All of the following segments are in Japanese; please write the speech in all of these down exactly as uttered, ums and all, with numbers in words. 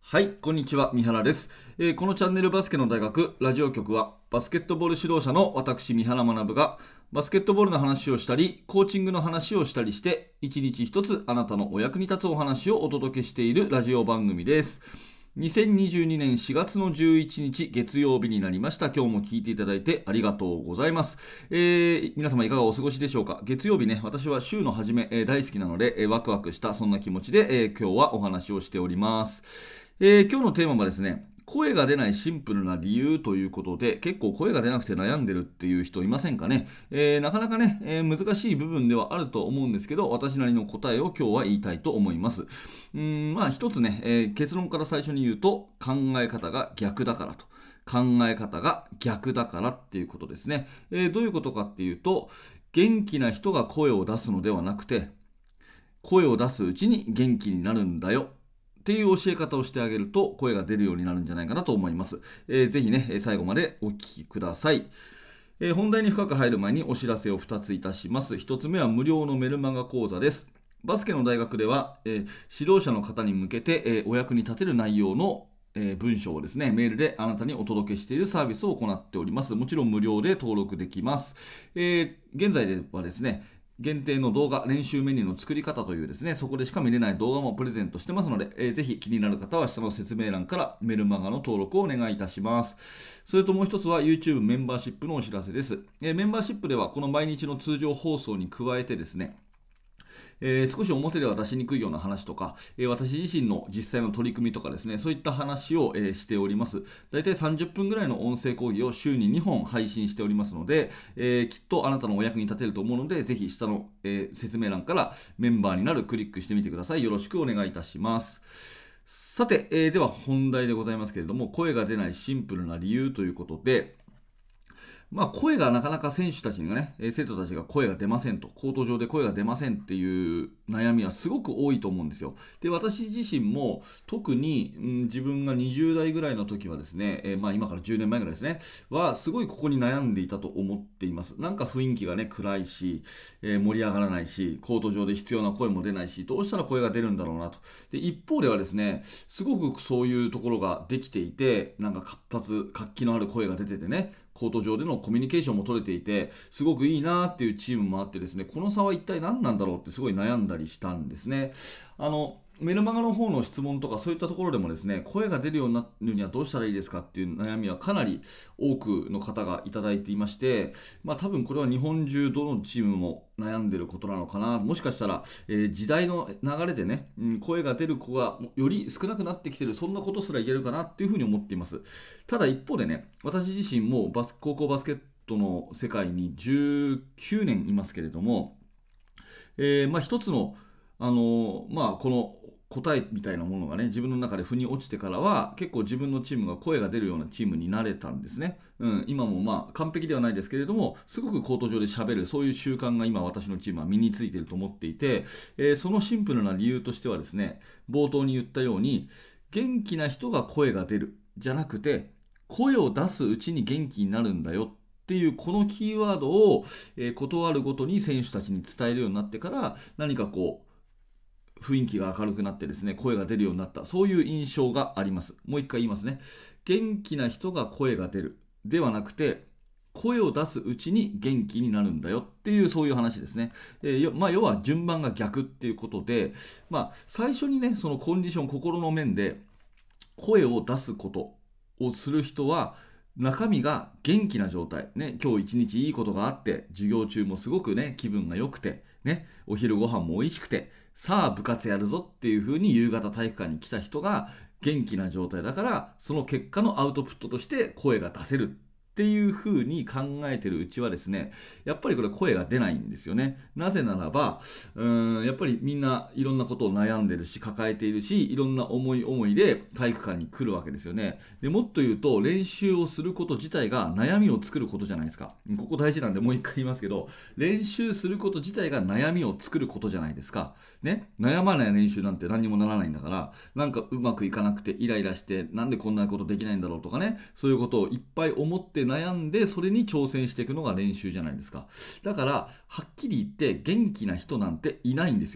はい、こんにちは、三原です、えーこのチャンネルバスケの大学ラジオ局は、バスケットボール指導者の私、三原学がバスケットボールの話をしたり、コーチングの話をしたりして、一日一つあなたのお役に立つお話をお届けしているラジオ番組です。にせんにじゅうにねんしがつのじゅういちにち月曜日になりました。今日も聞いていただいてありがとうございます。えー皆様いかがお過ごしでしょうか。月曜日ね、私は週の初め、えー大好きなので、えーワクワクしたそんな気持ちで、えー今日はお話をしております。えー今日のテーマはですね、声が出ないシンプルな理由ということで、結構声が出なくて悩んでるっていう人いませんかね。えーなかなかね、えー難しい部分ではあると思うんですけど、私なりの答えを今日は言いたいと思います。うーん、まあ一つね、えー結論から最初に言うと、考え方が逆だからと。考え方が逆だからっていうことですね。えーどういうことかっていうと、元気な人が声を出すのではなくて、声を出すうちに元気になるんだよっていう教え方をしてあげると声が出るようになるんじゃないかなと思います。えーぜひね、最後までお聞きください。えー本題に深く入る前にお知らせをふたついたします。ひとつめは無料のメルマガ講座です。バスケの大学では、えー指導者の方に向けて、えーお役に立てる内容のえー文章をですね、メールであなたにお届けしているサービスを行っております。もちろん無料で登録できます。えー現在ではですね、限定の動画、練習メニューの作り方というですね、そこでしか見れない動画もプレゼントしてますので、えーぜひ気になる方は下の説明欄からメルマガの登録をお願いいたします。それともう一つは YouTube メンバーシップのお知らせです。えーメンバーシップではこの毎日の通常放送に加えてですね、えー少し表では出しにくいような話とか、えー私自身の実際の取り組みとかですね、そういった話を、えーしております。だいたいさんじゅっぷんぐらいの音声講義を週ににほん配信しておりますので、えーきっとあなたのお役に立てると思うので、ぜひ下の、えー説明欄からメンバーになるクリックしてみてください。よろしくお願いいたします。さて、えーでは本題でございますけれども、声が出ないシンプルな理由ということで、まあ、声がなかなか選手たちがね、えー生徒たちが声が出ませんと、コート上で声が出ませんっていう悩みはすごく多いと思うんですよ。で、私自身も特に、うん、自分がにじゅう代ぐらいの時はですね、えーまあ今からじゅうねんまえぐらいですね、はすごいここに悩んでいたと思っています。なんか雰囲気がね、暗いし、えー盛り上がらないし、コート上で必要な声も出ないし、どうしたら声が出るんだろうなと。で、一方ではですね、すごくそういうところができていて、なんか活発、活気のある声が出ててね、コート上でのコミュニケーションも取れていて、すごくいいなっていうチームもあってですね、この差は一体何なんだろうってすごい悩んだりしたんですね。あのメルマガの方の質問とかそういったところでもですね、声が出るようになるにはどうしたらいいですかっていう悩みはかなり多くの方がいただいていまして、まあ多分これは日本中どのチームも悩んでることなのかな。もしかしたら、えー時代の流れでね、うん、声が出る子がより少なくなってきてる、そんなことすら言えるかなっていうふうに思っています。ただ一方でね、私自身もバス高校バスケットの世界にじゅうきゅうねんいますけれども、えーまあ、一つの、あのーまあ、この答えみたいなものがね、自分の中で腑に落ちてからは、結構自分のチームが声が出るようなチームになれたんですね。うん、今もまあ完璧ではないですけれども、すごくコート上で喋る、そういう習慣が今私のチームは身についていると思っていて、えーそのシンプルな理由としてはですね、冒頭に言ったように、元気な人が声が出る、じゃなくて、声を出すうちに元気になるんだよっていうこのキーワードを、えー、断るごとに選手たちに伝えるようになってから何かこう雰囲気が明るくなってですね、声が出るようになった、そういう印象があります。もう一回言いますね。元気な人が声が出るではなくて、声を出すうちに元気になるんだよっていう、そういう話ですね。えーよまあ、要は順番が逆っていうことで、まあ、最初にねそのコンディション、心の面で声を出すことをする人は中身が元気な状態、ね、今日一日いいことがあって授業中もすごくね気分が良くて、ね、お昼ご飯も美味しくて、さあ部活やるぞっていう風に夕方体育館に来た人が元気な状態だから、その結果のアウトプットとして声が出せるっていう風に考えてるうちはですね、やっぱりこれ声が出ないんですよね。なぜならば、うーんやっぱりみんないろんなことを悩んでるし抱えているし、いろんな思い思いで体育館に来るわけですよね。でもっと言うと、練習をすること自体が悩みを作ることじゃないですか。ここ大事なんでもう一回言いますけど、練習すること自体が悩みを作ることじゃないですか。ね、悩まない練習なんて何にもならないんだから、なんかうまくいかなくてイライラして、なんでこんなことできないんだろうとかね、そういうことをいっぱい思って悩んで、それに挑戦していくのが練習じゃないですか。だからはっきり言って元気な人なんていないんですよ。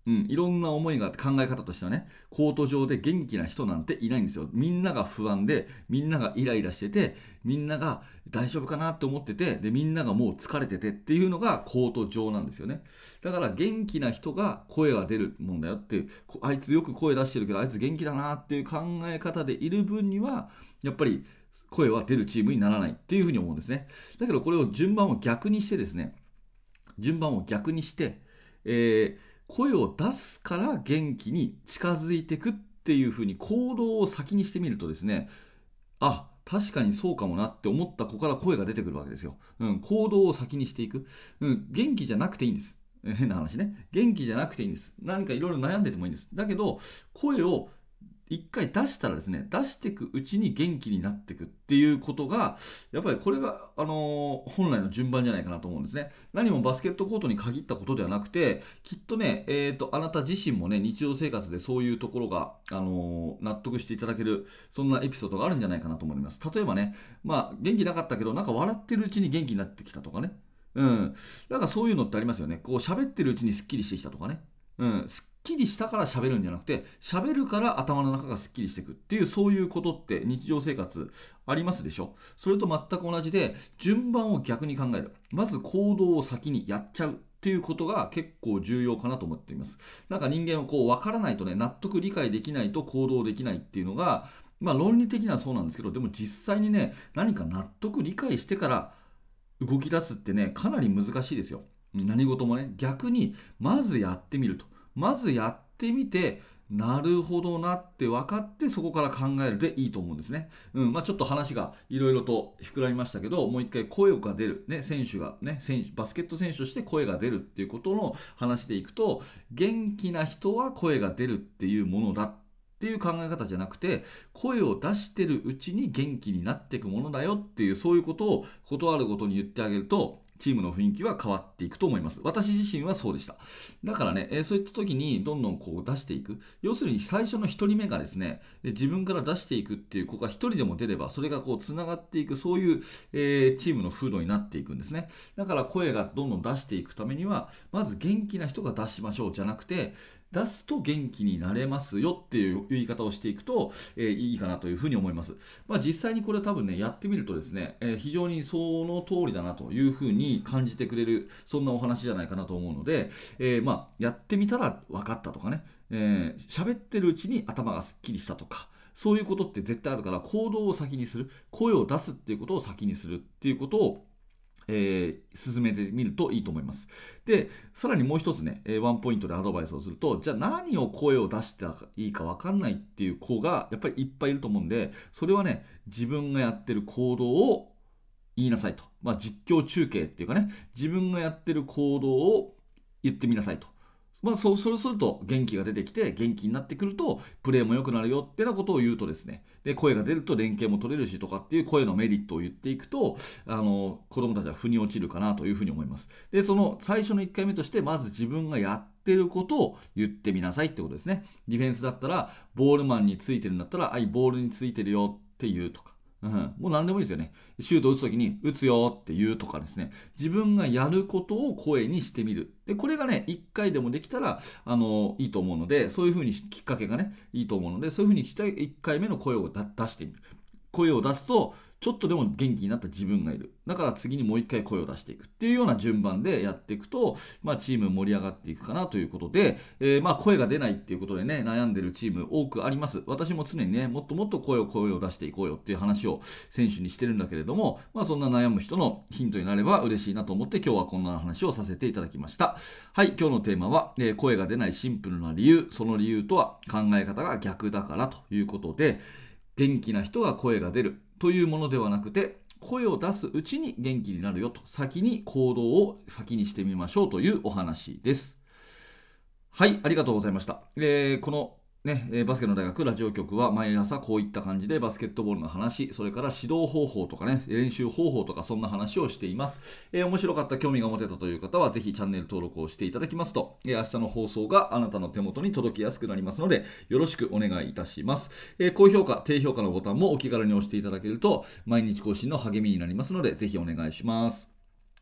うん、いろんな思いがあって考え方としてはね、コート上で元気な人なんていないんですよ。みんなが不安で、みんながイライラしてて、みんなが大丈夫かなって思ってて、で、みんながもう疲れててっていうのがコート上なんですよね。だから元気な人が声が出るもんだよっていう、こあいつよく声出してるけど、あいつ元気だなっていう考え方でいる分には、やっぱり声は出るチームにならないっていうふうに思うんですね。だけどこれを順番を逆にしてですね、順番を逆にして、えー声を出すから元気に近づいていくっていう風に行動を先にしてみるとですね、あ、確かにそうかもなって思った子から声が出てくるわけですよ。うん、行動を先にしていく。うん、元気じゃなくていいんです。変な話ね。元気じゃなくていいんです。何かいろいろ悩んでてもいいんです。だけど、声を一回出したらですね、出していくうちに元気になっていくっていうことが、やっぱりこれが、あのー本来の順番じゃないかなと思うんですね。何もバスケットコートに限ったことではなくて、きっとね、えーと、あなた自身もね、日常生活でそういうところが、あのー納得していただける、そんなエピソードがあるんじゃないかなと思います。例えばね、まあ、元気なかったけど、なんか笑ってるうちに元気になってきたとかね。うん。だからそういうのってありますよね。こう喋ってるうちにスッキリしてきたとかね。うん。すっきりしたから喋るんじゃなくて、喋るから頭の中がすっきりしていくっていう、そういうことって日常生活ありますでしょ。それと全く同じで、順番を逆に考える。まず行動を先にやっちゃうっていうことが結構重要かなと思っています。なんか人間はこう分からないとね、納得理解できないと行動できないっていうのが、まあ論理的にはそうなんですけど、でも実際にね、何か納得理解してから動き出すってね、かなり難しいですよ。何事もね、逆にまずやってみると。まずやってみて、なるほどなって分かってそこから考えるでいいと思うんですね。うんまあ、ちょっと話がいろいろと膨らみましたけど、もう一回声が出る、ね、選手が、ね、選手バスケット選手として声が出るっていうことの話でいくと、元気な人は声が出るっていうものだっていう考え方じゃなくて、声を出してるうちに元気になっていくものだよっていう、そういうことをことあるごとに言ってあげると、チームの雰囲気は変わっていくと思います。私自身はそうでした。だからね、えーそういった時にどんどんこう出していく。要するに最初のひとりめがですね、えー自分から出していくっていう子がひとりでも出れば、それがこうつながっていく、そういう、えーチームの風土になっていくんですね。だから声がどんどん出していくためには、まず元気な人が出しましょうじゃなくて、出すと元気になれますよっていう言い方をしていくと、えーいいかなというふうに思います。まあ、実際にこれ多分ね、やってみるとですね、えー非常にその通りだなというふうに感じてくれる、そんなお話じゃないかなと思うので、えーまあ、やってみたら分かったとかね、えー喋ってるうちに頭がすっきりしたとか、そういうことって絶対あるから、行動を先にする、声を出すっていうことを先にするっていうことをえー進めてみるといいと思います。で、さらにもう一つね、えーワンポイントでアドバイスをすると、じゃあ何を声を出したらいいか分かんないっていう子がやっぱりいっぱいいると思うんで、それはね、自分がやってる行動を言いなさいと。まあ、実況中継っていうかね、自分がやってる行動を言ってみなさいと。まあ、そうそうすると元気が出てきて元気になってくるとプレーも良くなるよってなことを言うとですね、で声が出ると連携も取れるしとかっていう声のメリットを言っていくと、あの子供たちは腑に落ちるかなというふうに思います。でその最初のいっかいめとして、まず自分がやってることを言ってみなさいってことですね。ディフェンスだったらボールマンについてるんだったら、あいボールについてるよって言うとか、うん、もう何でもいいですよね。シュートを打つときに打つよって言うとかですね、自分がやることを声にしてみる。でこれがね、いっかいでもできたらあのいいと思うので、そういうふうにきっかけがねいいと思うので、そういうふうにしていっかいめの声を出してみる。声を出すとちょっとでも元気になった自分がいる。だから次にもう一回声を出していくっていうような順番でやっていくと、まあ、チーム盛り上がっていくかなということで、えーまあ声が出ないっていうことでね、悩んでるチーム多くあります。私も常にね、もっともっと声を声を出していこうよっていう話を選手にしてるんだけれども、まあ、そんな悩む人のヒントになれば嬉しいなと思って、今日はこんな話をさせていただきました。はい、今日のテーマは、えー声が出ないシンプルな理由、その理由とは考え方が逆だからということで、元気な人が声が出るというものではなくて、声を出すうちに元気になるよと、先に行動を先にしてみましょうというお話です。はい、ありがとうございました。えーこのね、えーバスケの大学ラジオ局は毎朝こういった感じでバスケットボールの話、それから指導方法とかね、練習方法とかそんな話をしています。えー面白かった、興味が持てたという方はぜひチャンネル登録をしていただきますと、えー明日の放送があなたの手元に届きやすくなりますので、よろしくお願いいたします。えー高評価、低評価のボタンもお気軽に押していただけると毎日更新の励みになりますので、ぜひお願いします。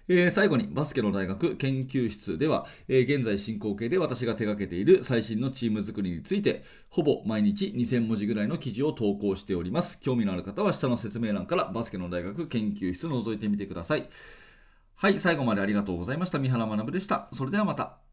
えー最後にバスケの大学研究室では、えー現在進行形で私が手掛けている最新のチーム作りについてほぼ毎日にせんもじぐらいの記事を投稿しております。興味のある方は下の説明欄からバスケの大学研究室を覗いてみてください。はい、最後までありがとうございました。三原学でした。それではまた。